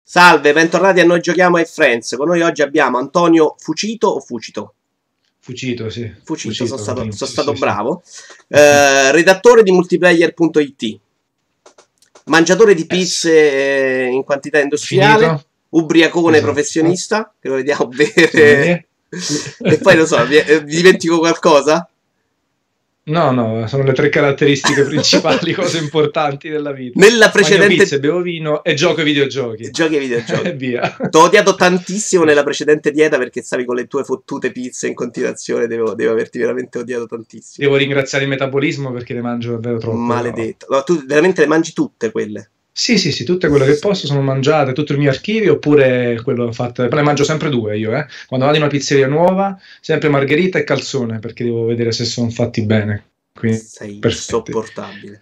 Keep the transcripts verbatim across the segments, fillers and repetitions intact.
Salve, bentornati a Noi Giochiamo ai Friends. Con noi oggi abbiamo Antonio Fucito o Fucito? Fucito, sì. Fucito, Fucito, sono stato, sì, sono sì, stato sì, bravo. Eh, redattore di multiplayer punto it, mangiatore di pizze eh, in quantità industriale, Finito? ubriacone Esatto. professionista, che lo vediamo bere. Sommelier? Sì. E poi lo so, mi, eh, mi dimentico qualcosa? No, no, sono le tre caratteristiche principali, cose importanti della vita. Nella Mangio precedente... pizza, bevo vino e gioco ai videogiochi. Giochi ai videogiochi. E via. T'ho odiato tantissimo nella precedente dieta perché stavi con le tue fottute pizze in continuazione. Devo, devo averti veramente odiato tantissimo. Devo ringraziare il metabolismo perché ne mangio davvero troppo. Maledetto. No, tu veramente le mangi tutte quelle? Sì, sì, sì, tutte quelle che posso sono mangiate, tutto il mio archivio, oppure quello fatto. Ne mangio sempre due io, eh. Quando vado in una pizzeria nuova, sempre margherita e calzone, perché devo vedere se sono fatti bene. Quindi, sei perfetti. insopportabile.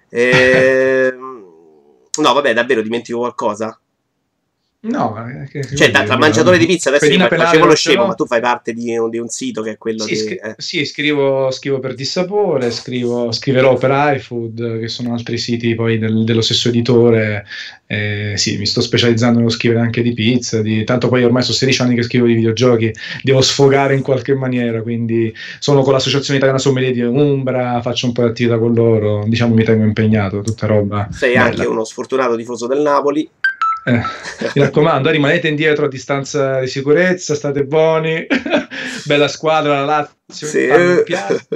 Ehm... No, vabbè, davvero dimentico qualcosa? No, che, che Cioè, da, tra mangiatore di pizza, adesso io facevo lo scemo, ma tu fai parte di un, di un sito che è quello sì, che... scri- Eh. sì, scrivo, scrivo per Dissapore, scrivo, scriverò per iFood, che sono altri siti poi del- dello stesso editore. Eh, sì, mi sto specializzando nello scrivere anche di pizza, di, tanto poi ormai sono sedici anni che scrivo di videogiochi, devo sfogare in qualche maniera, quindi sono con l'associazione italiana sommelier di Umbra, faccio un po' di attività con loro, diciamo mi tengo impegnato, tutta roba Sei bella. anche uno sfortunato tifoso del Napoli. Eh, mi raccomando, rimanete indietro a distanza di sicurezza, state buoni, bella squadra, la Lazio, Sì. mi piace.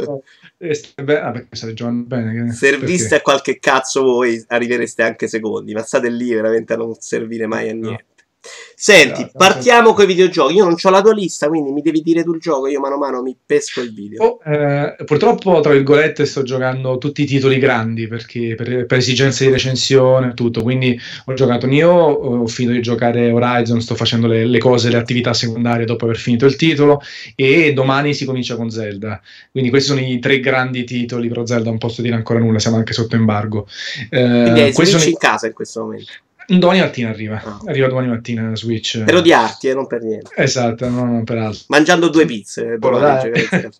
Beh, ah, perché state giocando bene. Serviste Perché? a qualche cazzo voi, arrivereste anche secondi, ma state lì veramente a non servire mai a No. niente. Senti, No, partiamo con i videogiochi. Io non ho la tua lista, quindi mi devi dire tu il gioco. Io mano a mano mi pesco il video. Oh, eh, purtroppo, tra virgolette, sto giocando tutti i titoli grandi perché per, per esigenze di recensione, tutto. Quindi ho giocato Nioh, ho finito di giocare Horizon, sto facendo le, le cose, le attività secondarie dopo aver finito il titolo. E domani si comincia con Zelda. Quindi questi sono i tre grandi titoli. Però Zelda non posso dire ancora nulla, siamo anche sotto embargo. Eh, Quindi hai questi Switch sono i... in casa in questo momento. Domani mattina arriva, Ah. arriva domani mattina Switch. Per odiarti, eh, non per niente. Esatto, no, no, per altro. Mangiando due pizze. Dai.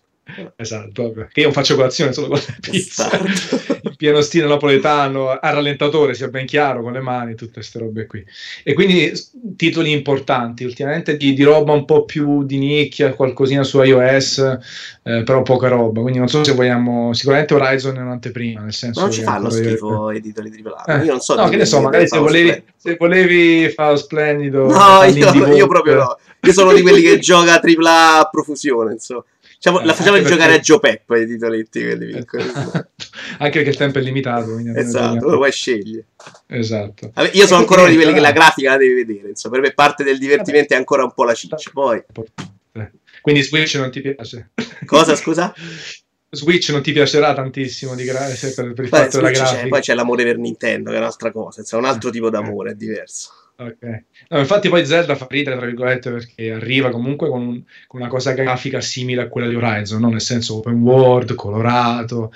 Esatto, che io non faccio colazione solo con le pizze. In pieno stile napoletano, a rallentatore, sia ben chiaro, con le mani, tutte queste robe qui. E quindi titoli importanti, ultimamente di, di roba un po' più di nicchia, qualcosina su iOS, eh, però poca roba. Quindi non so se vogliamo, sicuramente Horizon è un'anteprima, nel senso ma non ci che fanno ancora schifo i titoli tripla A. eh, Io non so no, che ne so, magari se volevi, se volevi fare splendido. No, io, io proprio no. Io sono di quelli che gioca tripla A a profusione, insomma. Diciamo, Eh, la facciamo anche giocare perché- a Joe Peppa i titoletti, quelli piccoli. anche perché il tempo è limitato. quindi Esatto, lo puoi scegliere. Esatto. Vabbè, io sono E ancora uno di quindi quelli che la niente, grafica la devi vedere, insomma, per me parte del divertimento è ancora un po' la ciccia. Poi, Eh, Quindi Switch non ti piace? cosa, scusa? Switch non ti piacerà tantissimo di gra- se per, per il Poi, fatto della Switch c'è, grafica. poi c'è l'amore per Nintendo, che è un'altra cosa, insomma, un altro tipo Eh, d'amore, è diverso. ok. No, infatti poi Zelda fa ridere, tra virgolette, perché arriva comunque con, un- con una cosa grafica simile a quella di Horizon, no? Nel senso open world, colorato.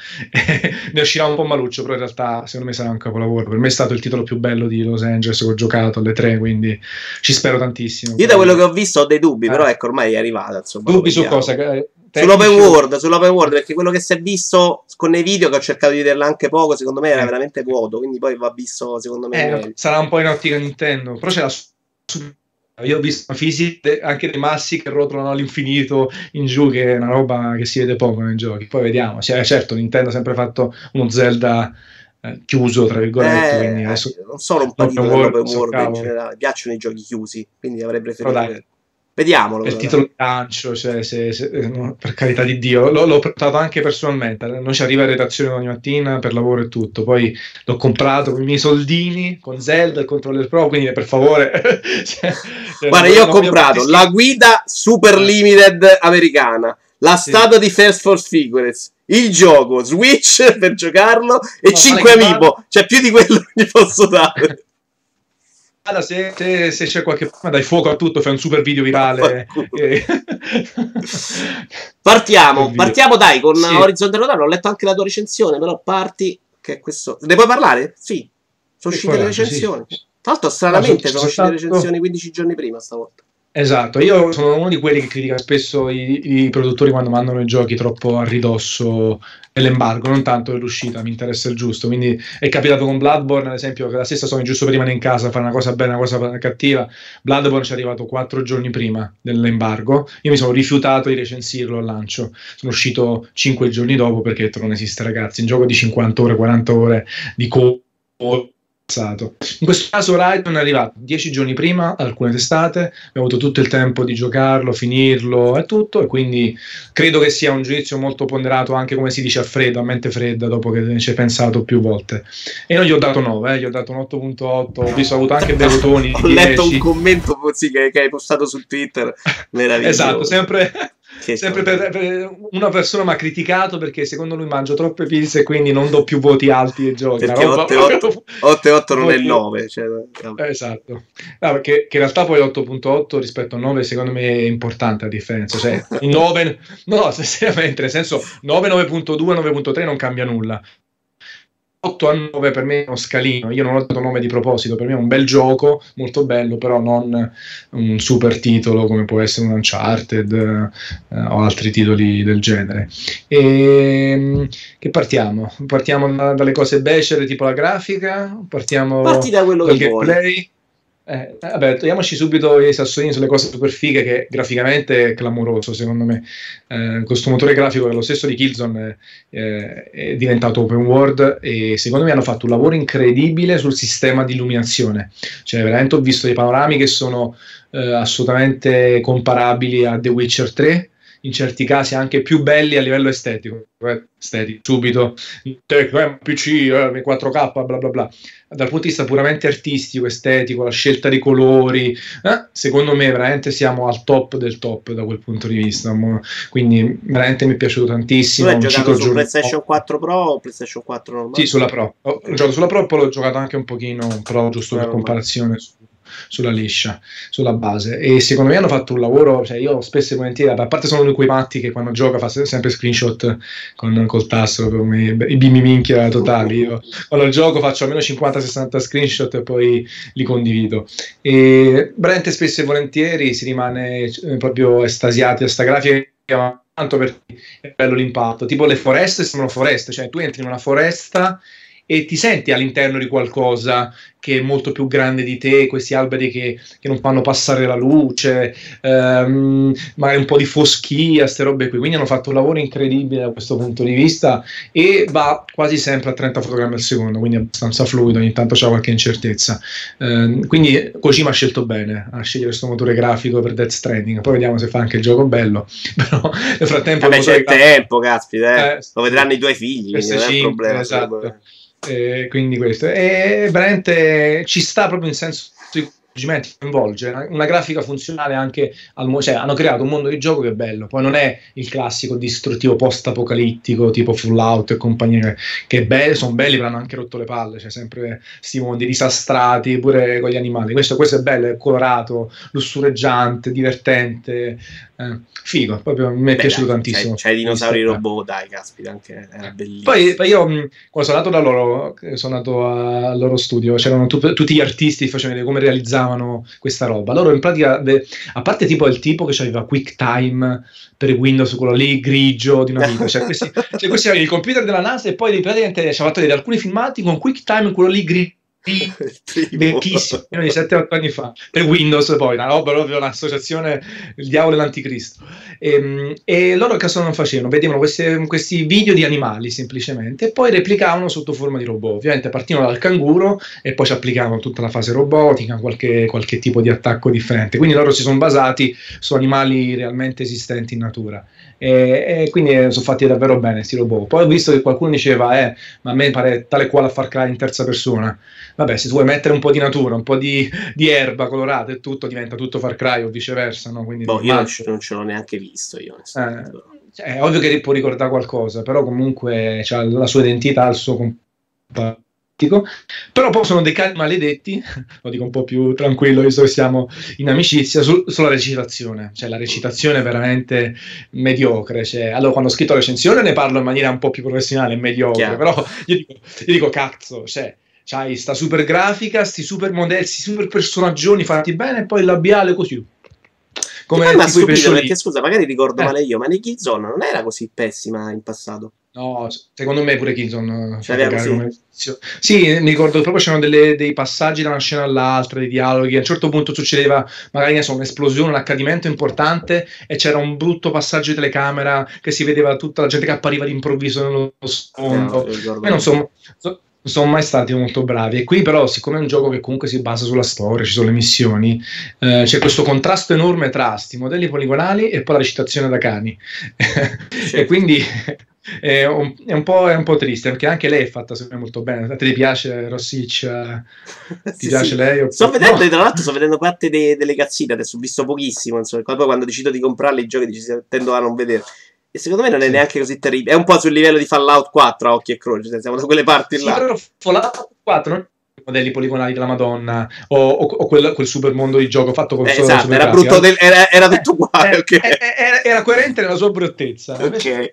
Ne uscirà un po' maluccio, però in realtà secondo me sarà un capolavoro. Per me è stato il titolo più bello di Los Angeles che ho giocato alle tre, quindi ci spero tantissimo. Io da quello che ho visto ho dei dubbi, Eh. però ecco, ormai è arrivata, insomma. lo Dubbi su vediamo. cosa? Eh, Sull'open tecnici o- world, sull'open world, perché quello che si è visto con nei video, che ho cercato di vederla anche poco, secondo me era Eh. veramente vuoto, quindi poi va visto, secondo me, Eh, meglio. sarà un po' in ottica Nintendo, però c'è la su- su- io ho visto fisiche anche dei massi che rotolano all'infinito in giù, che è una roba che si vede poco nei giochi. Poi vediamo. Cioè, certo, Nintendo ha sempre fatto uno Zelda eh, chiuso, tra virgolette, Eh, quindi adesso non sono un patito l'open world, dell'open so world in cavolo. generale, mi piacciono i giochi chiusi, quindi avrei Però preferito dai, quello. Vediamolo. per il però, titolo dai. di lancio, cioè, se- se- eh, no, per carità di Dio, l'ho, l'ho portato anche personalmente. Non ci arriva in redazione ogni mattina per lavoro e tutto. Poi l'ho comprato con i miei soldini con Zelda, il controller Pro. Quindi, per favore, cioè, cioè, Guarda, non io ho voglio- non voglio comprato farti la schifo. guida Super Eh. Limited americana, la Sì. statua di First Force Figures, il gioco Switch per giocarlo e No, cinque vale che amiibo, cioè più di quello che gli posso dare. Allora, se, se- se c'è qualche problema, dai fuoco a tutto, fai un super video virale. Vaffanculo. e- Partiamo, Per video. partiamo dai con Sì. Horizon Zero Dawn. Ho letto anche la tua recensione, però parti che è questo. Ne puoi parlare? Sì. Sono Che uscite le coraggio, sì. recensioni. Tra l'altro, stranamente No, sono sono uscite le stato- recensioni quindici giorni prima stavolta. Esatto, io sono uno di quelli che critica spesso i, i produttori quando mandano i giochi troppo a ridosso dell'embargo, non tanto dell'uscita, mi interessa il giusto. Quindi è capitato con Bloodborne, ad esempio, che la stessa Sony giusto per rimanere in casa, fare una cosa bella, una cosa cattiva. Bloodborne ci è arrivato quattro giorni prima dell'embargo. Io mi sono rifiutato di recensirlo al lancio. Sono uscito cinque giorni dopo perché ho detto non esiste, ragazzi, un gioco di cinquanta ore, quaranta ore di co- passato. In questo caso Raiden è arrivato dieci giorni prima, alcune testate, abbiamo avuto tutto il tempo di giocarlo, finirlo e tutto, e quindi credo che sia un giudizio molto ponderato, anche come si dice a freddo, a mente fredda, dopo che ci hai pensato più volte. E non gli ho dato nove, eh, gli ho dato un otto punto otto, ho visto, ho avuto anche dei votoni ho letto un commento così che, che hai postato su Twitter, meraviglioso. Esatto, sempre... Sempre per, per una persona mi ha criticato perché secondo lui mangio troppe pizze e quindi non do più voti alti ai giochi. Perché otto e otto non è il nove. Cioè... Esatto. No, perché che in realtà poi l'otto punto otto rispetto al nove secondo me è importante la differenza. Cioè, il nove, no, seriamente, nel senso nove, nove punto due, nove punto tre non cambia nulla. otto a nove per me è uno scalino, io non ho dato nome di proposito, per me è un bel gioco, molto bello, però non un super titolo come può essere un Uncharted eh, o altri titoli del genere. E che partiamo? Partiamo da, dalle cose becere tipo la grafica? Partiamo Parti da quello dal che gameplay? vuoi. Eh, vabbè, togliamoci subito i sassolini sulle cose super fighe, che graficamente è clamoroso secondo me. Eh, questo motore grafico che è lo stesso di Killzone eh, è diventato open world e secondo me hanno fatto un lavoro incredibile sul sistema di illuminazione. Cioè veramente ho visto dei panorami che sono eh, assolutamente comparabili a The Witcher tre, in certi casi anche più belli a livello estetico, eh, estetico subito, eh, P C, eh, quattro K, bla bla bla. Dal punto di vista puramente artistico, estetico, la scelta di colori, eh, secondo me veramente siamo al top del top da quel punto di vista. Quindi veramente mi è piaciuto tantissimo. Tu hai giocato su PlayStation quattro Pro o PlayStation quattro normale? Sì, sulla Pro. Ho giocato sulla Pro, poi l'ho giocato anche un pochino Pro, giusto per comparazione su, sulla liscia, sulla base. E secondo me hanno fatto un lavoro, cioè io spesso e volentieri, a parte sono uno di quei matti che quando gioca fa sempre screenshot con, col tasto, come i bimbi minchia totali. Io quando gioco faccio almeno cinquanta sessanta screenshot e poi li condivido. E veramente spesso e volentieri si rimane proprio estasiati a sta grafica, tanto perché è bello l'impatto. Tipo le foreste sembrano foreste, cioè tu entri in una foresta e ti senti all'interno di qualcosa che è molto più grande di te, questi alberi che, che non fanno passare la luce, ehm, magari un po' di foschia, queste robe qui. Quindi hanno fatto un lavoro incredibile da questo punto di vista e va quasi sempre a trenta fotogrammi al secondo, quindi è abbastanza fluido, ogni tanto c'è qualche incertezza. Eh, quindi Kojima ha scelto bene a scegliere questo motore grafico per Death Stranding, poi vediamo se fa anche il gioco bello, però nel frattempo... Vabbè, c'è il tempo, caspita, eh. Eh, lo vedranno i tuoi figli, quindi non è un problema. Esatto. Eh, quindi questo e veramente ci sta proprio in senso di coinvolge una grafica funzionale anche al mo- cioè hanno creato un mondo di gioco che è bello, poi non è il classico distruttivo post apocalittico tipo Fallout e compagnia che be- sono belli però hanno anche rotto le palle, cioè sempre sti mondi disastrati pure con gli animali. Questo, questo è bello, è colorato, lussureggiante, divertente, eh, figo, proprio mi è Beh, piaciuto dai, tantissimo. C'è, c'è i dinosauri robot, dai, caspita, anche era bellissimo. Poi, poi io quando sono andato da loro, sono andato a, al loro studio, c'erano tu, tutti gli artisti che facevano vedere come realizzavano questa roba. Loro in pratica, de, a parte tipo il tipo che aveva QuickTime per Windows, quello lì grigio di una vita, cioè questi, cioè questi avevano il computer della NASA e poi praticamente ci ha fatto vedere alcuni filmati con QuickTime, quello lì grigio vecchissimo, di sette otto anni fa, per Windows, poi una roba proprio un'associazione, il diavolo e l'anticristo. E, e loro che cosa facevano? Vedevano questi, questi video di animali semplicemente e poi replicavano sotto forma di robot. Ovviamente partivano dal canguro e poi ci applicavano tutta la fase robotica, qualche, qualche tipo di attacco differente. Quindi loro si sono basati su animali realmente esistenti in natura. E, e quindi sono fatti davvero bene questi robot. Poi ho visto che qualcuno diceva eh, ma a me pare tale quale a Far Cry in terza persona. Vabbè, se tu vuoi mettere un po' di natura, un po' di, di erba colorata e tutto, diventa tutto Far Cry o viceversa, no? Quindi boh, io non, non ce l'ho neanche visto io, eh, cioè, è ovvio che può ricordare qualcosa, però comunque ha la sua identità, il suo comparto. Però poi sono dei cani maledetti, lo dico un po' più tranquillo visto che siamo in amicizia, su, sulla recitazione, cioè la recitazione è veramente mediocre, cioè, allora quando ho scritto la recensione ne parlo in maniera un po' più professionale e mediocre, Chiaro. Però io dico, io dico cazzo, cioè c'hai sta super grafica, sti super modelli, sti super personaggioni fatti bene e poi il labiale così Come mi ha stupito pesciolini. perché scusa, magari ricordo eh. male io, ma nei Killzone non era così pessima in passato. No, secondo me pure Killzone Cioè, così. sì, mi ricordo proprio c'erano delle, dei passaggi da una scena all'altra, dei dialoghi. A un certo punto succedeva magari ne so, un'esplosione, un accadimento importante e c'era un brutto passaggio di telecamera che si vedeva tutta la gente che appariva d'improvviso nello sfondo. No, non sono, so, non sono mai stati molto bravi. E qui però, siccome è un gioco che comunque si basa sulla storia, ci sono le missioni, eh, c'è questo contrasto enorme tra sti modelli poligonali e poi la recitazione da cani. Certo. E quindi è un, è, un po', è un po' triste perché anche lei è fatta secondo me molto bene. A te ti piace Rossiccia? Ti sì, piace sì. lei? Sto vedendo, no. Tra l'altro sto vedendo parte de, delle cazzine, adesso ho visto pochissimo, insomma, poi quando decido di comprarli i giochi dici, tendo a non vedere. E secondo me non è sì. neanche così terribile. È un po' sul livello di Fallout quattro a occhi e croce, siamo da quelle parti sì, là. Però Fallout quattro non modelli poligonali della Madonna o, o, o quel, quel super mondo di gioco fatto con eh, solo esatto, era brutto del, era, era tutto uguale eh, okay. eh, era, era coerente nella sua bruttezza, ok. Cioè,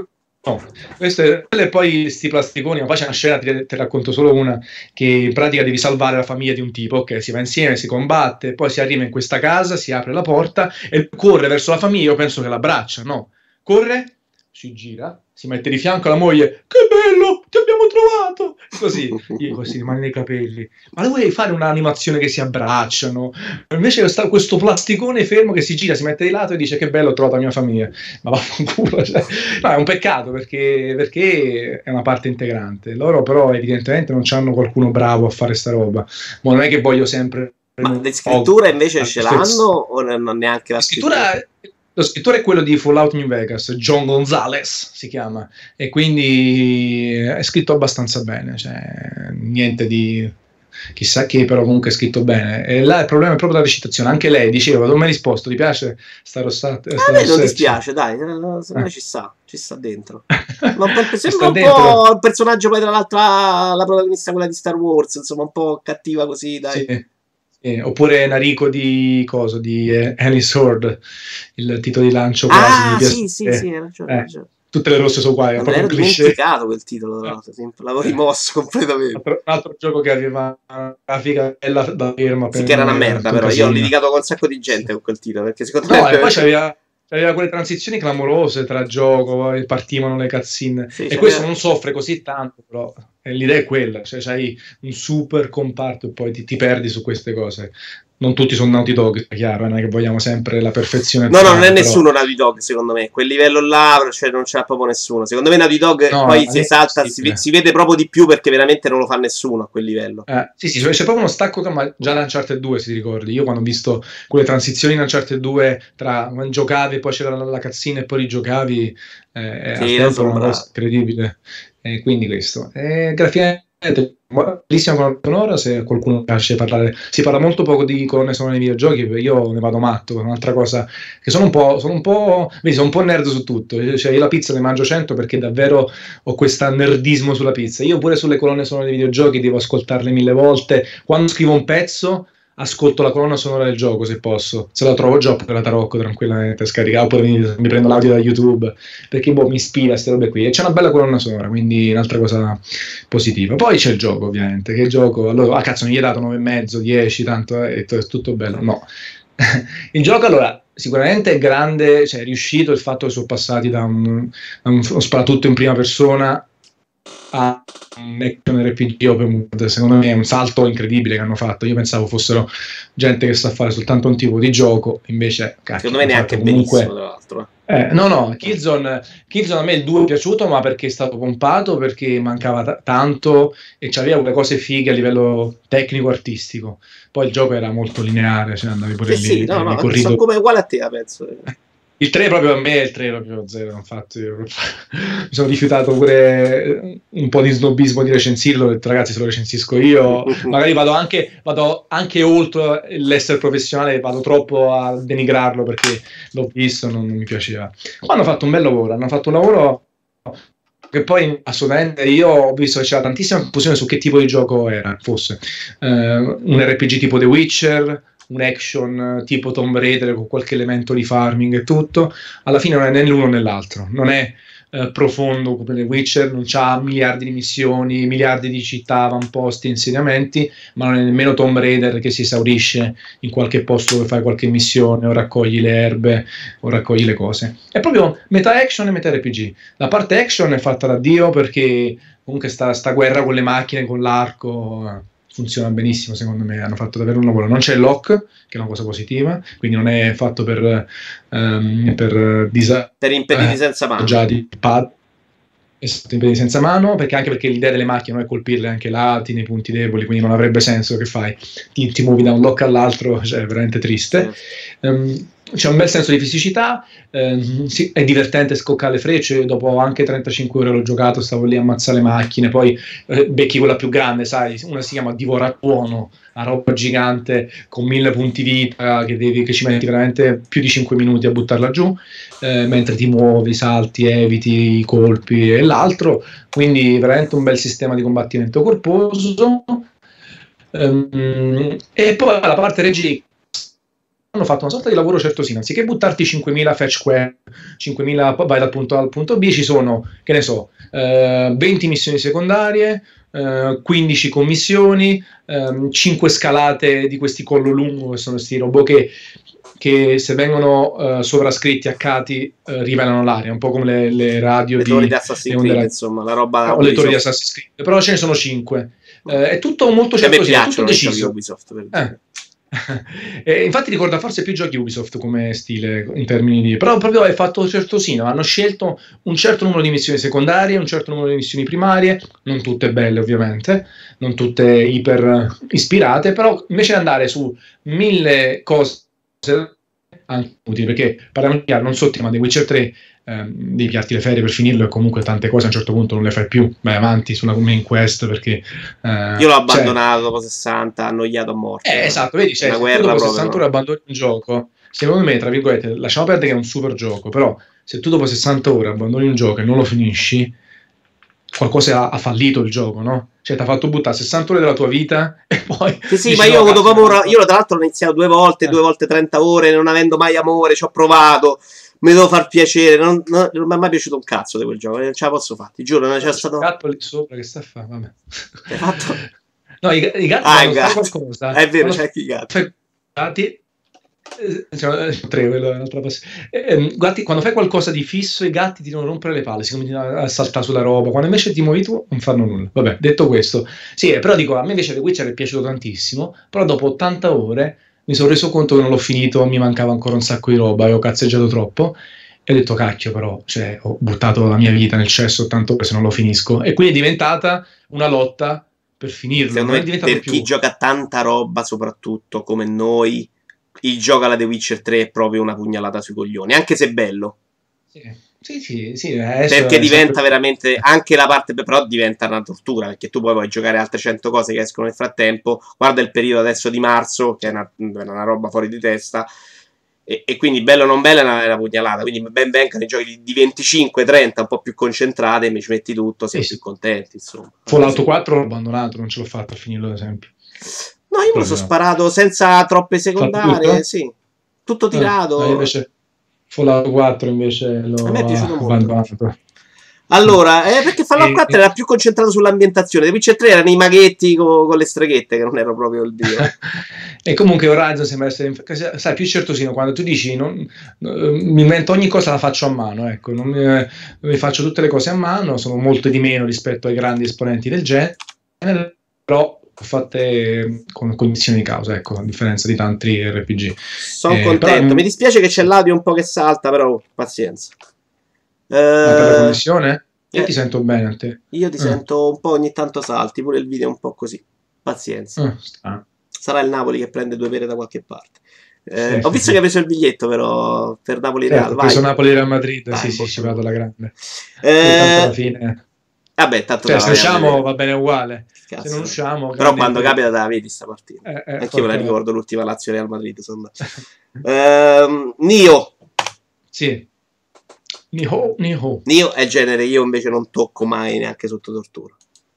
no, questo è, e poi questi plasticoni, ma poi c'è una scena, te, te racconto solo una, che in pratica devi salvare la famiglia di un tipo, ok, si va insieme, si combatte, poi si arriva in questa casa, si apre la porta e corre verso la famiglia, io penso che l'abbraccia, no, corre, si gira, si mette di fianco alla moglie, che bello, ti abbiamo trovato, così, io così rimane nei capelli, ma le vuoi fare un'animazione che si abbracciano? Invece sta questo plasticone fermo che si gira, si mette di lato e dice che bello, ho trovato la mia famiglia, ma vaffanculo, cioè, no, è un peccato perché, perché è una parte integrante, loro però evidentemente non hanno qualcuno bravo a fare sta roba, ma non è che voglio sempre... Ma le scritture invece ce l'hanno o non neanche la scrittura? scrittura Lo scrittore è quello di Fallout New Vegas, John Gonzalez si chiama, e quindi è scritto abbastanza bene, cioè niente di chissà che, però comunque è scritto bene. E là il problema è proprio la recitazione, anche lei diceva, non mi hai risposto, ti piace sta rossata? A me non dispiace, dai, secondo me eh. ci sta, ci sta dentro. Ma sembra un dentro. po' il personaggio poi tra l'altro la protagonista quella di Star Wars, insomma un po' cattiva così, dai. Sì. Eh, oppure Nariko di cosa di eh, Henry Sword, il titolo di lancio quasi ah di sì sì sì hai ragione, eh, ragione. Tutte le rosse sono uguali, non ero dimenticato quel titolo tra l'altro, l'avevo rimosso completamente. Un altro, un altro gioco che aveva una grafica bella da ferma, sì, che era una merda, però io ho litigato con un sacco di gente sì. con quel titolo perché secondo no, me e poi c'aveva Aveva quelle transizioni clamorose tra gioco, partivano le cutscene sì, e questo non soffre così tanto, però l'idea è quella, cioè c'hai un super comparto e poi ti, ti perdi su queste cose. Non tutti sono Naughty Dog, è chiaro, non è che vogliamo sempre la perfezione. No, no, non è però... nessuno Naughty Dog, secondo me. Quel livello là, cioè non c'è proprio nessuno. Secondo me Naughty Dog no, poi si esalta, si, si vede proprio di più perché veramente non lo fa nessuno a quel livello. Eh, sì, sì, c'è proprio uno stacco, ma già da Uncharted due, si ricordi. Io quando ho visto quelle transizioni in Uncharted due tra quando giocavi, poi c'era la, la cutscene e poi rigiocavi, eh, sì, a tempo una cosa incredibile. E quindi questo. E graficamente bellissima colonna sonora, se qualcuno piace parlare, si parla molto poco di colonne sonore nei videogiochi, io ne vado matto, è un'altra cosa che sono un po', sono un po', vedi, sono un po' nerd su tutto, cioè io la pizza ne mangio cento perché davvero ho questo nerdismo sulla pizza, io pure sulle colonne sonore dei videogiochi devo ascoltarle mille volte, quando scrivo un pezzo ascolto la colonna sonora del gioco se posso, se la trovo già poi la tarocco tranquillamente, scaricavo, oppure mi, mi prendo l'audio da YouTube perché boh, mi ispira a queste robe qui e c'è una bella colonna sonora, quindi un'altra cosa positiva. Poi c'è il gioco ovviamente, che gioco, allora, ah cazzo mi gli hai dato nove e mezzo, dieci, tanto è, è tutto bello, no. Il gioco allora sicuramente è grande, cioè è riuscito il fatto che sono passati da un, da un, uno sparatutto in prima persona a un action R P G open world, secondo me è un salto incredibile che hanno fatto. Io pensavo fossero gente che sa fare soltanto un tipo di gioco, invece cacchio, secondo me neanche comunque benissimo tra l'altro. Eh, no, no, Killzone, Killzone a me il due è piaciuto, ma perché è stato pompato, perché mancava t- tanto e c'aveva quelle cose fighe a livello tecnico-artistico. Poi il gioco era molto lineare, cioè andavi pure sì, lì. Sì, no, no, sono come uguale a te, penso. Il tre proprio a me, il tre proprio zero, infatti io mi sono rifiutato pure un po' di snobismo di recensirlo, ho detto ragazzi se lo recensisco io, magari vado anche, vado anche oltre l'essere professionale, vado troppo a denigrarlo perché l'ho visto, non, non mi piaceva. Qua hanno fatto un bel lavoro, hanno fatto un lavoro che poi assolutamente io ho visto che c'era tantissima confusione su che tipo di gioco era, fosse uh, un R P G tipo The Witcher, un action tipo Tomb Raider con qualche elemento di farming e tutto, alla fine non è né l'uno né l'altro, non è eh, profondo come The Witcher, non c'ha miliardi di missioni, miliardi di città, avamposti, insediamenti, ma non è nemmeno Tomb Raider che si esaurisce in qualche posto dove fai qualche missione o raccogli le erbe o raccogli le cose. È proprio metà action e metà R P G. La parte action è fatta da Dio, perché comunque sta, sta guerra con le macchine, con l'arco, funziona benissimo, secondo me hanno fatto davvero un lavoro. Non c'è il lock, che è una cosa positiva, quindi non è fatto per um, per, disa- per impediti eh, senza mano, già di pad, esatto, impediti senza mano, perché anche perché l'idea delle macchine non è colpirle anche lati nei punti deboli, quindi non avrebbe senso che fai, ti, ti muovi da un lock all'altro, cioè è veramente triste. Sì. Um, c'è un bel senso di fisicità, ehm, sì, è divertente scoccare le frecce. Dopo anche trentacinque ore l'ho giocato, stavo lì a ammazzare le macchine, poi eh, becchi quella più grande, sai, una si chiama Divoratuono, una roba gigante con mille punti vita che, devi, che ci metti veramente più di cinque minuti a buttarla giù, eh, mentre ti muovi, salti, eviti i colpi e l'altro, quindi veramente un bel sistema di combattimento corposo. Um, e poi la parte regia hanno fatto una sorta di lavoro certosino, anziché buttarti cinquemila fetch quest, cinquemila, poi vai dal punto A al punto B, ci sono, che ne so, eh, venti missioni secondarie, eh, quindici commissioni, eh, cinque scalate di questi collo lungo, che sono questi robot che, che se vengono eh, sovrascritti, hackati, eh, rivelano l'aria, un po' come le, le radio le di, torri di Assassin's Creed, insomma, la roba o le torri di Assassin's Creed, però ce ne sono cinque. Eh, è tutto molto certosino, è tutto deciso. Ubisoft, per eh. E infatti ricorda forse più giochi Ubisoft come stile in termini di, però proprio è fatto certosino, hanno scelto un certo numero di missioni secondarie, un certo numero di missioni primarie, non tutte belle ovviamente, non tutte iper ispirate, però invece di andare su mille cose anche utili, perché parliamo chiaro, non so, ma The Witcher tre ehm, devi piarti le ferie per finirlo e comunque tante cose a un certo punto non le fai più, vai avanti sulla main quest perché eh, io l'ho abbandonato dopo sessanta, annoiato a morte. Eh, esatto, vedi, cioè, una se guerra tu dopo proprio, sessanta ore no? abbandoni un gioco, secondo me, tra virgolette, lasciamo perdere che è un super gioco, però se tu dopo sessanta ore abbandoni un gioco e non lo finisci, qualcosa ha, ha fallito il gioco, no? Cioè ti ha fatto buttare sessanta ore della tua vita e poi... Sì, sì, dici, ma io no, ho avuto cazzo, proprio... no. Io tra l'altro l'ho iniziato due volte, Eh. due volte trenta ore, non avendo mai amore, ci ho provato, mi devo far piacere, non, non, non mi è mai piaciuto un cazzo di quel gioco, non ce la posso fare, ti giuro, non c'è stato... Il gatto lì sopra che sta a fare, vabbè. Hai fatto? No, i, i gatti Ah, quando i fai gatti. qualcosa... È vero, quando c'è anche i gatti. fai gatti... Eh, cioè, tre, quello è un'altra passione. Eh, ehm, guardi, quando fai qualcosa di fisso i gatti ti devono rompere le palle, si cominciano a saltare sulla roba, quando invece ti muovi tu non fanno nulla. Vabbè, detto questo, sì, però dico, a me invece The Witcher è piaciuto tantissimo, però dopo ottanta ore mi sono reso conto che non l'ho finito, mi mancava ancora un sacco di roba e ho cazzeggiato troppo e ho detto cacchio, però cioè, ho buttato la mia vita nel cesso ottanta ore se non lo finisco, e quindi è diventata una lotta per finirlo. Secondo non me, è diventato per più... chi gioca tanta roba, soprattutto come noi, il gioco alla The Witcher tre è proprio una pugnalata sui coglioni, anche se è bello. Sì, sì, sì, sì, perché diventa sempre... veramente anche la parte, però diventa una tortura, perché tu poi puoi giocare altre cento cose che escono nel frattempo. Guarda il periodo adesso di marzo, che è una, una roba fuori di testa, e, e quindi bello o non bello è una, è una pugnalata. Quindi ben vengano i giochi di venticinque trenta un po' più concentrati e mi ci metti tutto, sei sì, più sì. contenti, insomma. Fallout quattro l'ho abbandonato, non ce l'ho fatta a finirlo ad esempio. No, io me lo sono sparato senza troppe secondarie, sì. Tutto tirato. Ah, invece Fallout quattro invece l'ho a me è piaciuto abbandonato. Molto. Allora, eh, perché Fallout quattro era più concentrato sull'ambientazione, The Witcher tre erano i maghetti con, con le streghette, che non ero proprio il dio. E comunque Horizon sembra essere, sai, più certosino, quando tu dici non, non, mi invento ogni cosa, la faccio a mano, ecco, non mi, mi faccio tutte le cose a mano, sono molto di meno rispetto ai grandi esponenti del genere, però fatte con cognizione di causa, ecco, a differenza di tanti R P G. Sono eh, contento, però, mi dispiace che c'è l'audio un po' che salta, però pazienza. Uh, per la connessione? Io eh, ti sento bene a te. Io ti uh. sento un po' ogni tanto salti, pure il video è un po' così. Pazienza. Uh, sta. Sarà il Napoli che prende due pere da qualche parte. Eh, sì, ho visto sì. che hai preso il biglietto però per Napoli Real. Eh, ho preso Napoli Real Madrid, Vai, sì, sì, ci vado alla grande. Eh, tanto alla fine. Vabbè, tanto cioè, se usciamo va bene uguale. Cazzo. Se non usciamo, però quando capita te la vedi sta partita. Eh, eh, Anche io me la ricordo l'ultima Lazio Real Madrid. eh, Nio. Sì. Niho, Niho. Nio è genere, io invece non tocco mai neanche sotto tortura.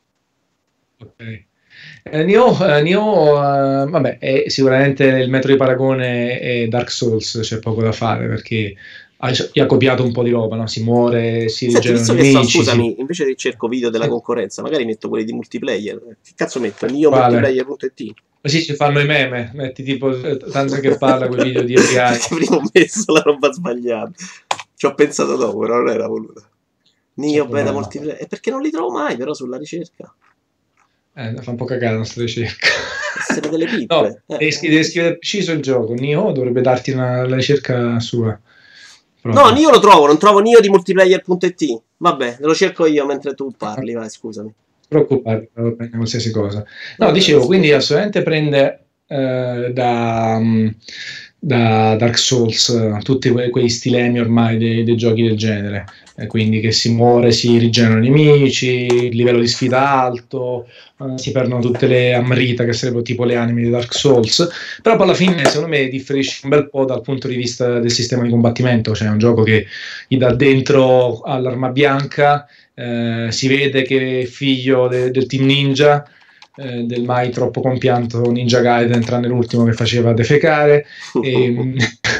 Ok. Eh, Nioh, eh, Nioh eh, vabbè, è sicuramente il metro di paragone è Dark Souls, c'è poco da fare perché ha, ha copiato un po' di roba, no? Si muore, si Senti, visto rigenerano che so, nemici. scusami, Si... invece che cerco video della Eh, concorrenza, magari metto quelli di multiplayer. Che cazzo metto? Nio Quale? multiplayer punto it. Così si fanno i meme, metti tipo eh, Tanza che parla, quei video di A P I. Perché prima ho messo la roba sbagliata. Ci ho pensato dopo, però non era voluta. Nio beta multiplayer. E perché non li trovo mai, però, sulla ricerca? Eh, fa un po' cagare la nostra ricerca. Essere delle pippe. No, Eh. devi, scrivere, devi scrivere preciso il gioco. Nio dovrebbe darti una, la ricerca sua. Proprio. No, Nio lo trovo, non trovo Nio di multiplayer punto it. Vabbè, lo cerco io mentre tu parli, vai, scusami. Preoccupare, prende qualsiasi cosa. No, dicevo, quindi assolutamente prende eh, da, da Dark Souls tutti que- quei stilemi ormai dei, dei giochi del genere. Eh, quindi che si muore, si rigenerano nemici, livello di sfida alto, eh, si perdono tutte le amrita che sarebbero tipo le anime di Dark Souls, però poi alla fine secondo me differisce un bel po' dal punto di vista del sistema di combattimento, cioè è un gioco che gli dà dentro all'arma bianca. Eh, si vede che è figlio de- del team ninja, eh, del mai troppo compianto Ninja Gaiden, tranne l'ultimo che faceva defecare. E,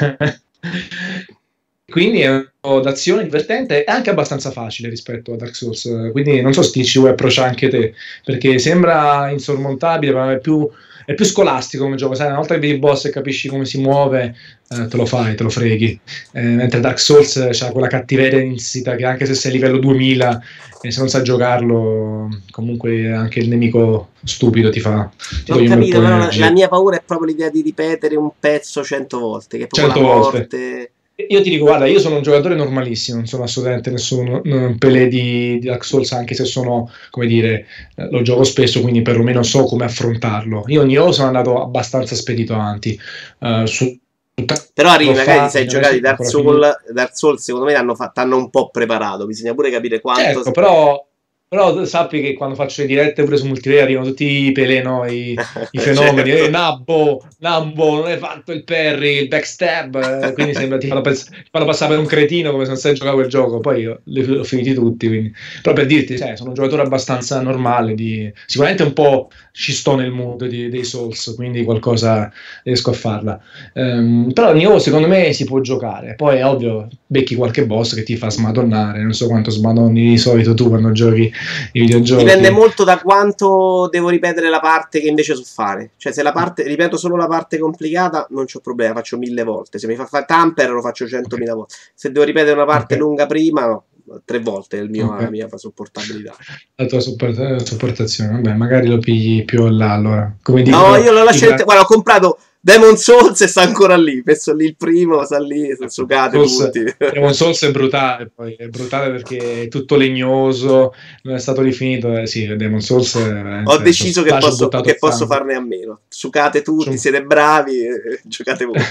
quindi è un po' d'azione divertente e anche abbastanza facile rispetto a Dark Souls. Quindi non so se ti ci vuoi approcciare anche te, perché sembra insormontabile, ma è più, è più scolastico come gioco. Sai, una volta che vedi il boss e capisci come si muove, eh, te lo fai, te lo freghi. Eh, mentre Dark Souls c'ha quella cattiveria insita che anche se sei a livello duemila e se non sai giocarlo, comunque anche il nemico stupido ti fa. Ti Ho capito, però la, la mia paura è proprio l'idea di ripetere un pezzo cento volte, che è proprio cento la volte. morte. Io ti dico, guarda, io sono un giocatore normalissimo, non sono assolutamente nessun non pelé di, di Dark Souls, anche se sono, come dire, eh, lo gioco spesso, quindi perlomeno so come affrontarlo. Io Nioh sono andato abbastanza spedito avanti. Uh, su, Però arrivi, magari ti sei giocato di Dark Souls, Dark Souls, secondo me hanno fatto, hanno un po' preparato, bisogna pure capire quanto... Certo, però... Però sappi che quando faccio le dirette pure su multiplayer arrivano tutti i pelé, no? I, i fenomeni. Certo. Eh, Nabbo, Nabbo, non hai fatto il parry, il backstab. Eh, quindi sembra ti fanno, pens- ti fanno passare per un cretino come se non sai giocare quel gioco. Poi io li ho finiti tutti. Quindi. Però per dirti, cioè, sono un giocatore abbastanza normale. Di... Sicuramente un po' ci sto nel mood di, dei Souls, quindi qualcosa riesco a farla. Um, però Nioh secondo me si può giocare. Poi è ovvio, becchi qualche boss che ti fa smadonnare. Non so quanto smadonni di solito tu quando giochi i videogiochi. Dipende molto da quanto devo ripetere la parte che invece so fare. Cioè, se la parte ripeto solo la parte complicata, non c'ho problema, faccio mille volte. Se mi fa fare Tamper, lo faccio centomila okay. volte. Se devo ripetere una parte okay. lunga prima, no, tre volte è il mio, okay. la mia sopportabilità. La tua sopport- sopportazione, vabbè, magari lo pigli più là allora. Come dico, no, io lo lascio. Gra- guarda, ho comprato Demon Souls e sta ancora lì, messo lì il primo, sta lì, sono sucate tutti. Demon Souls è brutale, poi è brutale perché è tutto legnoso, non è stato rifinito, eh, sì, Demon Souls è ho deciso che posso, che posso farne a meno, sucate tutti, Sono... siete bravi, eh, giocate voi.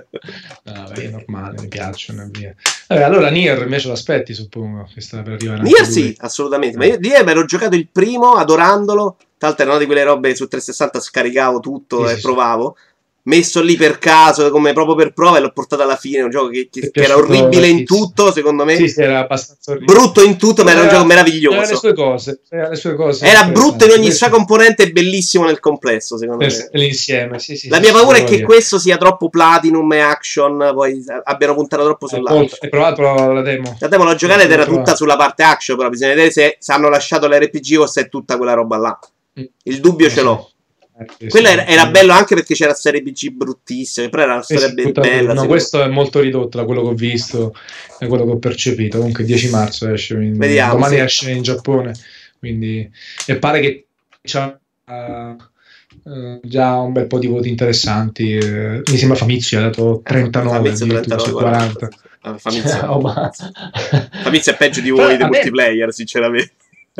No, beh, è normale, mi piacciono e via. Vabbè, allora Nier invece l'aspetti, suppongo, che sta per arrivare. Nier sì, assolutamente, ma io Nier mi ero giocato il primo adorandolo, tra l'altro era una di quelle robe su trecentosessanta scaricavo tutto sì, e sì, provavo. Sì. Messo lì per caso, come proprio per prova, e l'ho portato alla fine. Un gioco che, che, che era orribile in tutto, secondo me. Sì, sì, era abbastanza orribile. Brutto in tutto, ma era, era un gioco meraviglioso. Era le sue cose. Era, le sue cose era brutto in ogni sua componente e bellissimo nel complesso, secondo me. L'insieme, sì, sì. La sì, mia sì, paura è che dire. questo sia troppo Platinum e action, poi abbiano puntato troppo sull'action. Hai provato la demo? La demo l'ho giocata ed era tutta sulla parte action, però bisogna vedere se, se hanno lasciato l'R P G o se è tutta quella roba là. Il dubbio ce l'ho. Eh, Quello sì, era, era bello anche perché c'era storia R P G bruttissime, però era una storia ben bella. No, questo è molto ridotto da quello che ho visto, da quello che ho percepito. Comunque il dieci marzo esce, quindi Vediamo, domani sì. esce in Giappone, quindi e pare che c'ha uh, uh, già un bel po' di voti interessanti. Uh, mi sembra Famitsu ha dato trentanove su quaranta. Vabbè, Famitsu, cioè, oh, ma... Famitsu è peggio di voi dei multiplayer, sinceramente.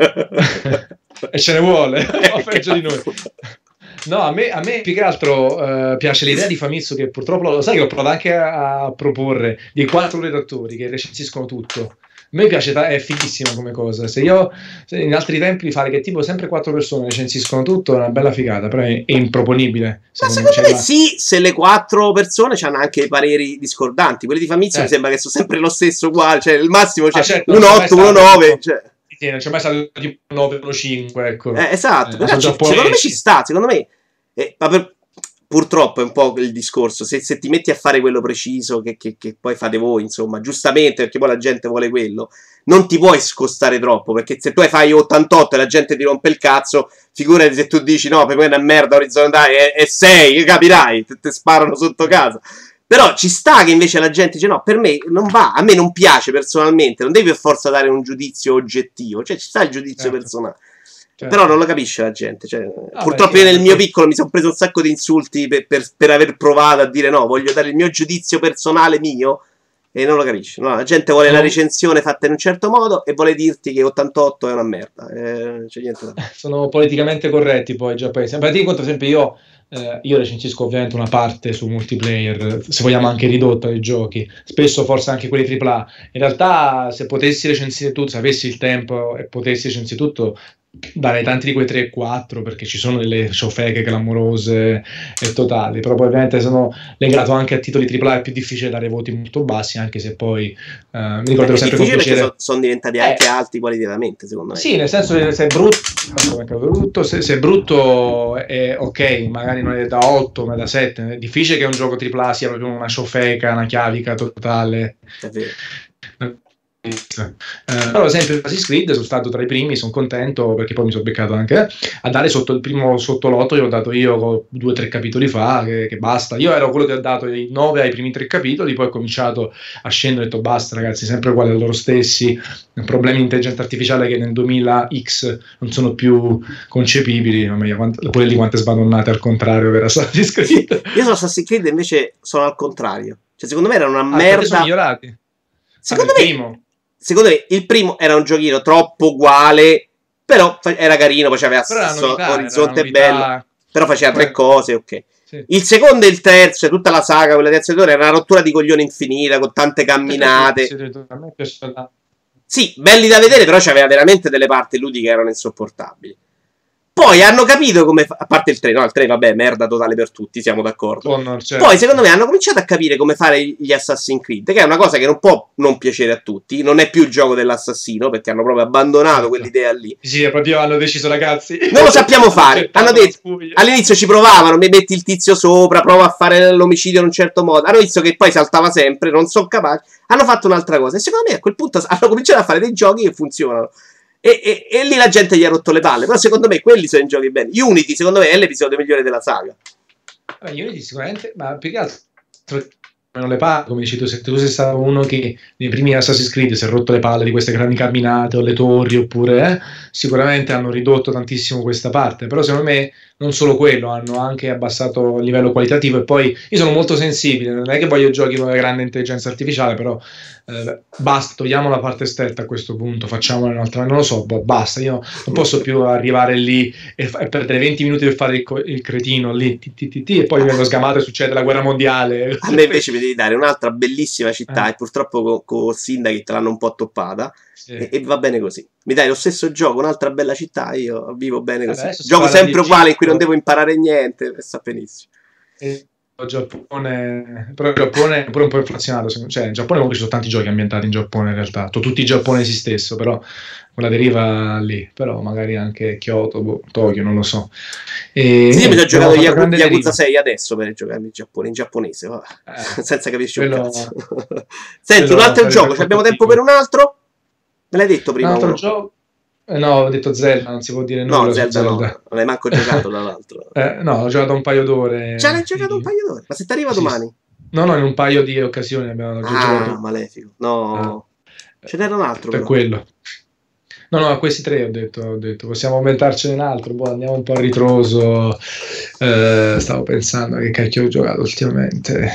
E ce ne vuole, o peggio di noi. No, a me, a me più che altro uh, piace l'idea di Famitsu, che purtroppo lo sai che l'ho provato anche a, a proporre, di quattro redattori che recensiscono tutto. A me piace, è fighissima come cosa. Se io se in altri tempi fare che tipo sempre quattro persone recensiscono tutto è una bella figata, però è, è improponibile. Ma secondo me la... sì, se le quattro persone hanno anche i pareri discordanti. Quelli di Famitsu eh. mi sembra che sono sempre lo stesso uguale, cioè il massimo c'è ah, certo, un otto, uno nove, cioè... Sì, non c'è mai stato tipo nove o cinque, ecco. Eh, esatto, eh, ci, secondo me ci sta, secondo me eh, ma per, purtroppo è un po' il discorso, se, se ti metti a fare quello preciso che, che, che poi fate voi, insomma, giustamente, perché poi la gente vuole quello, non ti puoi scostare troppo, perché se tu fai ottantotto e la gente ti rompe il cazzo, figurati se tu dici no, per me è una merda orizzontale, è sei, capirai, te, te sparano sotto casa. Però ci sta che invece la gente dice no, per me non va, a me non piace personalmente, non devi per forza dare un giudizio oggettivo, cioè ci sta il giudizio certo. personale. Certo. Però non lo capisce la gente, cioè, ah, purtroppo beh, io nel mio poi... piccolo mi sono preso un sacco di insulti per, per, per aver provato a dire no, voglio dare il mio giudizio personale mio, e non lo capisci, no? La gente vuole no. la recensione fatta in un certo modo e vuole dirti che ottantotto è una merda, eh, c'è niente da fare. Sono politicamente corretti poi i giapponesi. Ma ti conto, per esempio, io Eh, io recensisco ovviamente una parte su multiplayer, se vogliamo anche ridotta dei giochi, spesso forse anche quelli tripla A. In realtà, se potessi recensire tutto, se avessi il tempo e potessi recensire tutto, darei tanti di quei tre e quattro, perché ci sono delle ciofeche clamorose e totali, però poi ovviamente sono legato anche a titoli tripla A, è più difficile dare voti molto bassi, anche se poi eh, mi ricordo è sempre con piacere sono, sono diventati anche eh, alti qualitativamente, secondo me. Sì, nel senso che se è brutto, brutto se, se è brutto è ok, magari non è da otto ma è da sette, è difficile che un gioco tripla A sia proprio una ciofeca, una chiavica totale. È vero. Eh, però ad esempio Assassin's Creed sono stato tra i primi, sono contento perché poi mi sono beccato anche a dare sotto il primo sottolotto, io ho dato io due o tre capitoli fa che, che basta, io ero quello che ho dato i nove ai primi tre capitoli, poi ho cominciato a scendere e ho detto basta ragazzi, sempre uguali a loro stessi, problemi di intelligenza artificiale che nel duemila X non sono più concepibili, pure lì quante sbadonnate al contrario per Assassin's Creed. Io su Assassin's Creed invece sono al contrario, cioè secondo me era una ah, merda, sono migliorati. Secondo ah, me primo. Secondo me il primo era un giochino troppo uguale, però era carino, poi c'aveva questo orizzonte bello, però faceva tre cose, ok. Sì. Il secondo e il terzo, e tutta la saga, quella terza era una rottura di coglione infinita, con tante camminate. Sì, belli da vedere, però c'aveva veramente delle parti ludiche che erano insopportabili. Poi hanno capito come fa- a parte il tre, no, il tre vabbè, merda totale per tutti, siamo d'accordo. Oh, no, certo. Poi secondo me hanno cominciato a capire come fare gli Assassin's Creed, che è una cosa che non può non piacere a tutti, non è più il gioco dell'assassino, perché hanno proprio abbandonato certo. quell'idea lì. Sì, proprio hanno deciso ragazzi. Non lo sappiamo fare, hanno detto, all'inizio ci provavano, mi metti il tizio sopra, prova a fare l'omicidio in un certo modo, hanno visto che poi saltava sempre, non sono capaci, hanno fatto un'altra cosa, e secondo me a quel punto hanno cominciato a fare dei giochi che funzionano. E, e, e lì la gente gli ha rotto le palle. Però secondo me quelli sono i giochi belli. Unity secondo me è l'episodio migliore della saga. Vabbè, Unity sicuramente, ma più che altro non le palle, come dici tu, se tu sei stato uno che nei primi Assassin's Creed si è rotto le palle di queste grandi camminate o le torri oppure eh, sicuramente hanno ridotto tantissimo questa parte, però secondo me non solo quello, hanno anche abbassato il livello qualitativo. E poi io sono molto sensibile, non è che voglio giochi con una grande intelligenza artificiale, però eh, basta, togliamo la parte stealth a questo punto, facciamola un'altra, non lo so, basta, io non posso più arrivare lì e, fa- e perdere venti minuti per fare il, co- il cretino lì ti, ti, ti, ti, e poi vengo sgamato e succede la guerra mondiale. A me invece mi devi dare un'altra bellissima città eh. e purtroppo con co Syndicate l'hanno un po' toppata. Sì. E, e va bene così. Mi dai lo stesso gioco, un'altra bella città, io vivo bene così. Adesso gioco sempre uguale in cui non devo imparare niente, e sta benissimo. E il Giappone, però il Giappone è pure un po' inflazionato, cioè in Giappone comunque ci sono tanti giochi ambientati in Giappone in realtà, tutti i giapponesi stesso, però quella deriva lì, però magari anche Kyoto, boh, Tokyo, non lo so. E, sì, io mi sono giocato Yakuza, Yakuza sei adesso per giocarmi in Giappone, in giapponese, eh, senza capirci un cazzo. Senti, un altro gioco, abbiamo tempo per un altro? Me l'hai detto prima? Un altro gioco? Eh, no, ho detto Zelda, non si può dire nulla. No, Zelda, Zelda. No, non l'hai manco giocato dall'altro. Eh, no, ho giocato un paio d'ore. Già l'hai giocato un paio d'ore? Ma se ti arriva sì, domani? No, no, in un paio di occasioni abbiamo ah, giocato. Malefico. No, ah. Ce n'era un altro. Per però. quello. No, no, a questi tre ho detto, ho detto possiamo inventarcene un altro, boh, andiamo un po' a ritroso. Eh, stavo pensando che cacchio ho giocato ultimamente.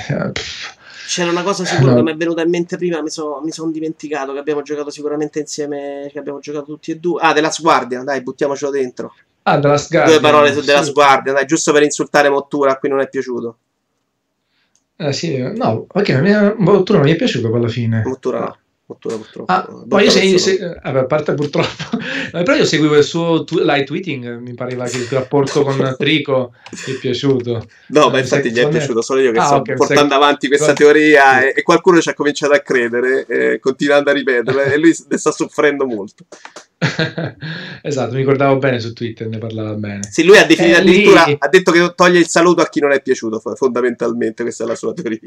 C'era una cosa sicura no. che mi è venuta in mente prima, mi sono son dimenticato che abbiamo giocato sicuramente insieme, che abbiamo giocato tutti e due. Ah, The Last Guardian, dai, buttiamocelo dentro. Ah, The Last Guardian. Due parole su sì. The Last Guardian, dai, giusto per insultare Mottura, a cui non è piaciuto. Eh sì, no, ok, Mottura non mi è piaciuto alla fine. Mottura no. Fortuna purtroppo. Ah, poi io se, se, vabbè, a parte purtroppo, però io seguivo il suo tu, live tweeting, mi pareva che il rapporto con Trico ti è piaciuto. No, ma eh, infatti mi gli è piaciuto, me... solo io che ah, sto okay, portando sei... avanti questa teoria sì. e, e qualcuno ci ha cominciato a credere, eh, continuando a ripeterla, e lui ne sta soffrendo molto. Esatto, mi ricordavo bene su Twitter, ne parlava bene. Sì, lui ha definito eh, addirittura, lì... ha detto che toglie il saluto a chi non è piaciuto, fondamentalmente, questa è la sua teoria.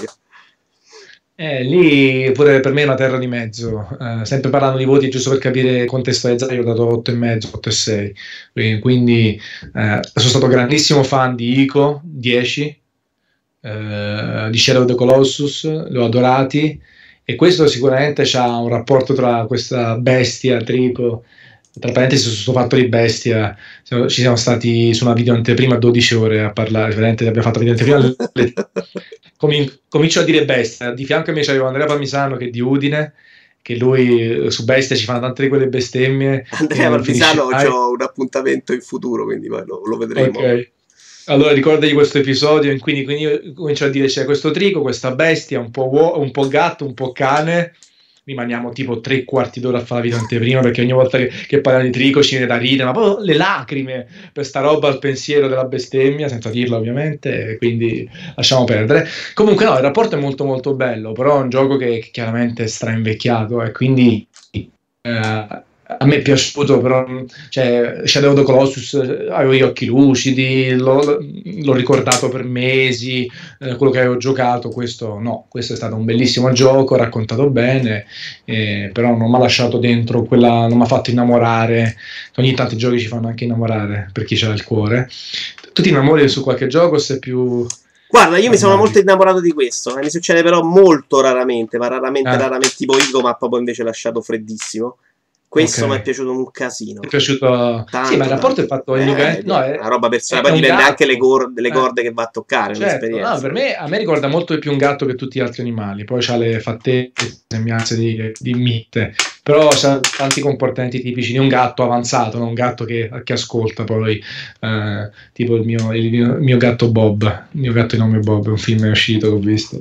Eh, lì pure per me è una terra di mezzo, eh, sempre parlando di voti, giusto per capire contestualizzare, io ho dato otto e mezzo, otto e sei, quindi eh, sono stato grandissimo fan di Ico, dieci, eh, di Shadow of the Colossus, li ho adorati, e questo sicuramente c'ha un rapporto tra questa bestia, Trico, tra parentesi su questo fatto di bestia, ci siamo stati su una video anteprima dodici ore a parlare, veramente abbiamo fatto video anteprima le... Comin- comincio a dire bestia, di fianco a me c'avevo Andrea Palmisano che è di Udine, che lui su bestia ci fanno tante di quelle bestemmie. Andrea Palmisano ho un appuntamento in futuro, quindi poi lo, lo vedremo. Ok, allora ricordagli questo episodio in cui quindi io comincio a dire c'è questo Trico, questa bestia, un po', uo- un po' gatto, un po' cane. Rimaniamo tipo tre quarti d'ora a fare la video anteprima, perché ogni volta che, che parliamo di Trico ci viene da ridere, ma proprio le lacrime per sta roba al pensiero della bestemmia, senza dirla ovviamente, quindi lasciamo perdere. Comunque no, il rapporto è molto molto bello, però è un gioco che, che chiaramente è strainvecchiato e quindi eh, a me è piaciuto, però cioè, Shadow of the Colossus avevo gli occhi lucidi, l'ho, l'ho ricordato per mesi, eh, quello che avevo giocato. Questo no, questo è stato un bellissimo gioco, raccontato bene, eh, però non mi ha lasciato dentro quella, non mi ha fatto innamorare. Ogni tanto i giochi ci fanno anche innamorare per chi c'ha il cuore. Tu ti innamori su qualche gioco o sei più... Guarda, io mi sono molto innamorato di questo, eh, mi succede però molto raramente, ma raramente, ah. raramente, tipo Ico, ma proprio invece lasciato freddissimo. Questo okay. mi è piaciuto un casino. Mi è piaciuto... Tanto, sì, ma il rapporto è fatto... Eh, no, è una roba personale, poi dipende anche le, cor- le corde eh. che va a toccare, certo. No, per me, a me ricorda molto di più un gatto che tutti gli altri animali, poi c'ha le fattezze, le sembianze di, di mitte, però c'ha tanti comportamenti tipici di un gatto avanzato, non un gatto che, che ascolta poi, eh, tipo il mio, il mio, mio gatto Bob, il mio gatto di nome Bob, è un film è uscito che ho visto.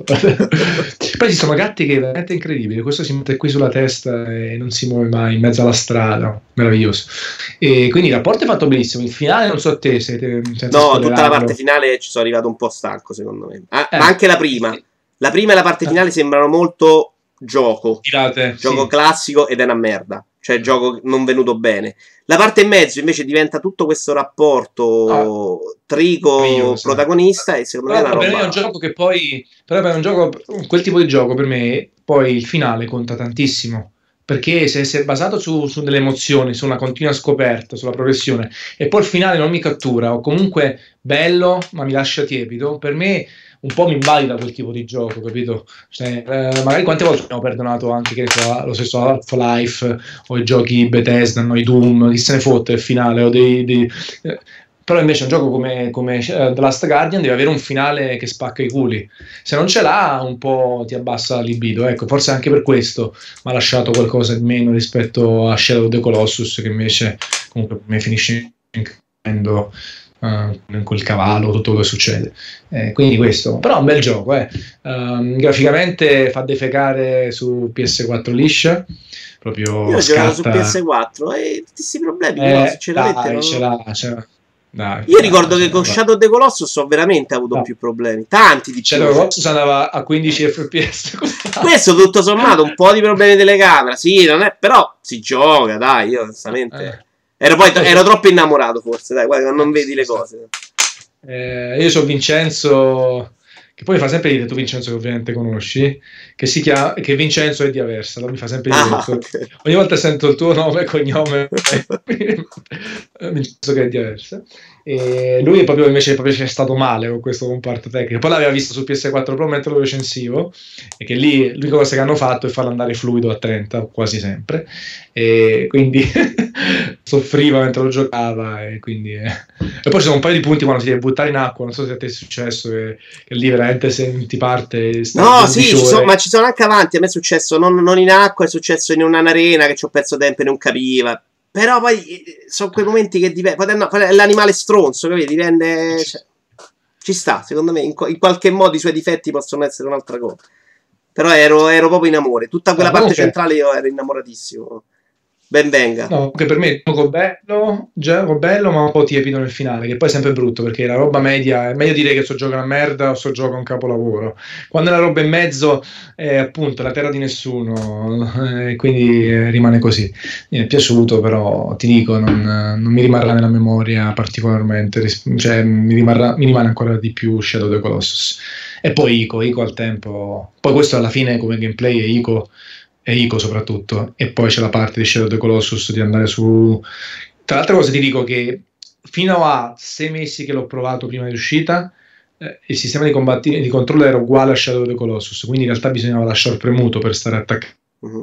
Poi ci sono gatti che è veramente incredibile, questo si mette qui sulla testa e non si muove mai in mezzo alla strada, meraviglioso. E quindi il rapporto è fatto benissimo, il finale non so te, siete no, tutta la parte finale ci sono arrivato un po' stanco secondo me, ah, eh, ma anche la prima, la prima e la parte finale eh. sembrano molto gioco, Tirate, gioco sì. classico ed è una merda, cioè gioco non venuto bene. La parte in mezzo invece diventa tutto questo rapporto ah, Trico io, protagonista sì. E secondo però me è una roba... è un gioco che poi però è un gioco, quel tipo di gioco per me poi il finale conta tantissimo, perché se, se è basato su, su delle emozioni, su una continua scoperta, sulla progressione e poi il finale non mi cattura o comunque bello ma mi lascia tiepido, per me un po' mi invalida quel tipo di gioco, capito? Cioè, eh, magari quante volte abbiamo perdonato anche che so, lo stesso Half-Life o i giochi Bethesda, no, i Doom, chi se ne fotte il finale o dei... dei eh, però invece un gioco come, come uh, The Last Guardian deve avere un finale che spacca i culi, se non ce l'ha un po' ti abbassa la libido, ecco, forse anche per questo mi ha lasciato qualcosa di meno rispetto a Shadow of the Colossus, che invece comunque mi finisce incredendo uh, in quel cavallo tutto quello che succede, eh, quindi questo, però è un bel gioco, eh. um, graficamente fa defecare su P S quattro liscia, proprio io ho scatta... giocato su P S quattro e tutti questi problemi eh, però sinceramente dai, non... ce l'ha, ce l'ha. Dai, io ricordo dai, che con dai. Shadow of the Colossus ho veramente avuto no. più problemi, tanti di più. Shadow of the Colossus andava a quindici F P S. Questo tutto sommato un po' di problemi di telecamera, sì, non è, però si gioca, dai, io onestamente eh. ero poi ero troppo innamorato forse, dai, guarda, non vedi le cose. Eh, io sono Vincenzo, che poi mi fa sempre dire, tu Vincenzo che ovviamente conosci, che si chiama, che Vincenzo è di Aversa, allora mi fa sempre dire, ah, okay. Ogni volta sento il tuo nome e cognome, Vincenzo che è di Aversa, e lui proprio invece proprio c'è stato male con questo comparto tecnico, poi l'aveva visto su P S quattro Pro mentre lo recensivo, e che lì l'unica cosa che hanno fatto è farlo andare fluido a trenta quasi sempre, e quindi soffriva mentre lo giocava, e quindi eh. E poi ci sono un paio di punti quando si deve buttare in acqua, non so se a te è successo che, che lì veramente se ti parte no sì ci sono, ma ci sono anche avanti, a me è successo non, non in acqua, è successo in un'arena che ci ho perso tempo e non capiva, però poi sono quei momenti che dipende, no, è l'animale stronzo, capito? Dipende, cioè, ci sta, secondo me in, in qualche modo i suoi difetti possono essere un'altra cosa. Però ero, ero proprio in amore. Tutta quella Ah, parte comunque- centrale io ero innamoratissimo. Ben venga. No, che per me è un gioco bello, gioco bello, ma un po' tiepido nel finale, che poi è sempre brutto, perché la roba media è meglio dire che sto gioco una merda o sto gioco un capolavoro. Quando la roba in mezzo è appunto la terra di nessuno, eh, quindi eh, rimane così. Mi è piaciuto, però ti dico, non, non mi rimarrà nella memoria particolarmente, ris- cioè mi, rimarrà, mi rimane ancora di più Shadow of the Colossus. E poi Ico, Ico al tempo, poi questo alla fine come gameplay è Ico e Ico soprattutto, e poi c'è la parte di Shadow of the Colossus di andare su. Tra l'altra cosa ti dico che fino a sei mesi che l'ho provato prima di uscita, eh, il sistema di, combatti- di controllo era uguale a Shadow of the Colossus, quindi in realtà bisognava lasciare premuto per stare attaccato Mhm.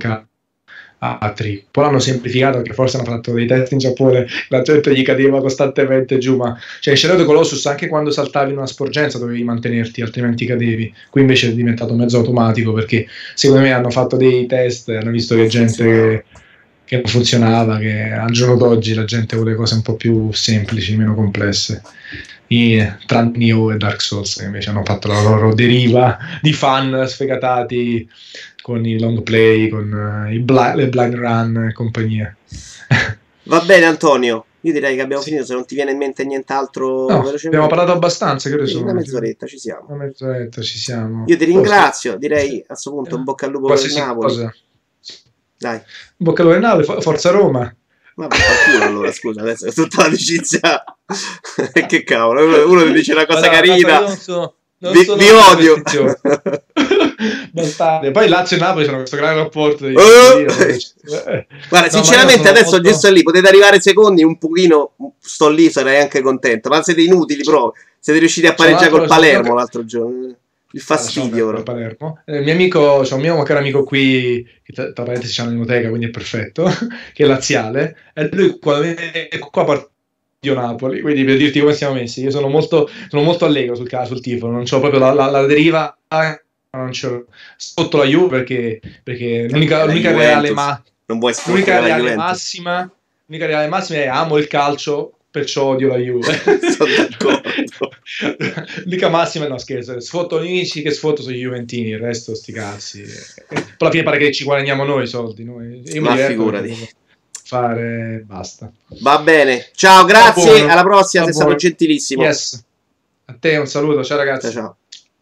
a Tri. Poi l'hanno semplificato perché forse hanno fatto dei test in Giappone, la gente gli cadeva costantemente giù, ma cioè in Shadow of the Colossus anche quando saltavi in una sporgenza dovevi mantenerti, altrimenti cadevi. Qui invece è diventato mezzo automatico perché secondo me hanno fatto dei test e hanno visto che Non gente funzionava. che, che non funzionava, che al giorno d'oggi la gente vuole cose un po' più semplici, meno complesse. I, tra Nioh e Dark Souls che invece hanno fatto la loro deriva di fan sfegatati con i long play, con uh, i bli- le blind run e compagnia. Va bene, Antonio. Io direi che abbiamo Sì. finito. Se non ti viene in mente nient'altro No, velocemente. abbiamo parlato abbastanza, che ore Sì, una sono? mezz'oretta ci siamo. Una mezz'oretta ci siamo. Io ti Oh, sì. ringrazio. Direi a questo punto in bocca al lupo per Qualsiasi Napoli. cosa. Dai. Bocca al lupo per Napoli, for- Forza Roma. Vabbè, qualcuno allora, scusa, adesso è tutta l'amicizia. Che cavolo, uno, uno ti dice una cosa Ma no, carina. io non sono- non vi, sono vi per la odio. competizione. Bastardi. Poi Lazio e Napoli hanno questo grande rapporto di Oh! Eh. Guarda, No, ma sinceramente io sono adesso molto- giusto lì, potete arrivare secondi un pochino, sto lì, sarei anche contento, ma siete inutili proprio. Siete riusciti a C'è un pareggiare altro- col c'è un Palermo altro- l'altro giorno. Il Ah, lasciamo fastidio, perdere però. Palermo. Eh, il mio amico, c'è un mio caro amico qui, che tra tra parentesi c'è un'enoteca, quindi è perfetto, che è laziale, e lui quando viene qua parte io Napoli, quindi per dirti come siamo messi, io sono molto, sono molto allegro sul, ca- sul tifo, non c'ho proprio la, la- la deriva, eh, non c'ho sotto la Juve perché, perché l'unica, La l'unica Juventus. reale, ma, Non vuoi l'unica sfruttare la reale Juventus. massima, l'unica reale massima è amo il calcio, perciò odio la Juve. Sono d'accordo. L'unica massima, no scherzo, sfotto gli unici che sfotto sono i Juventini, il resto sti cazzi. Poi alla fine pare che ci guadagniamo noi i soldi, noi. Io mi Ma diverto figurati. perché devo fare, basta. Va bene. Ciao, grazie. Va buono, Alla prossima, va sei stato buono. gentilissimo. Yes. A te un saluto, ciao ragazzi. Ciao, ciao.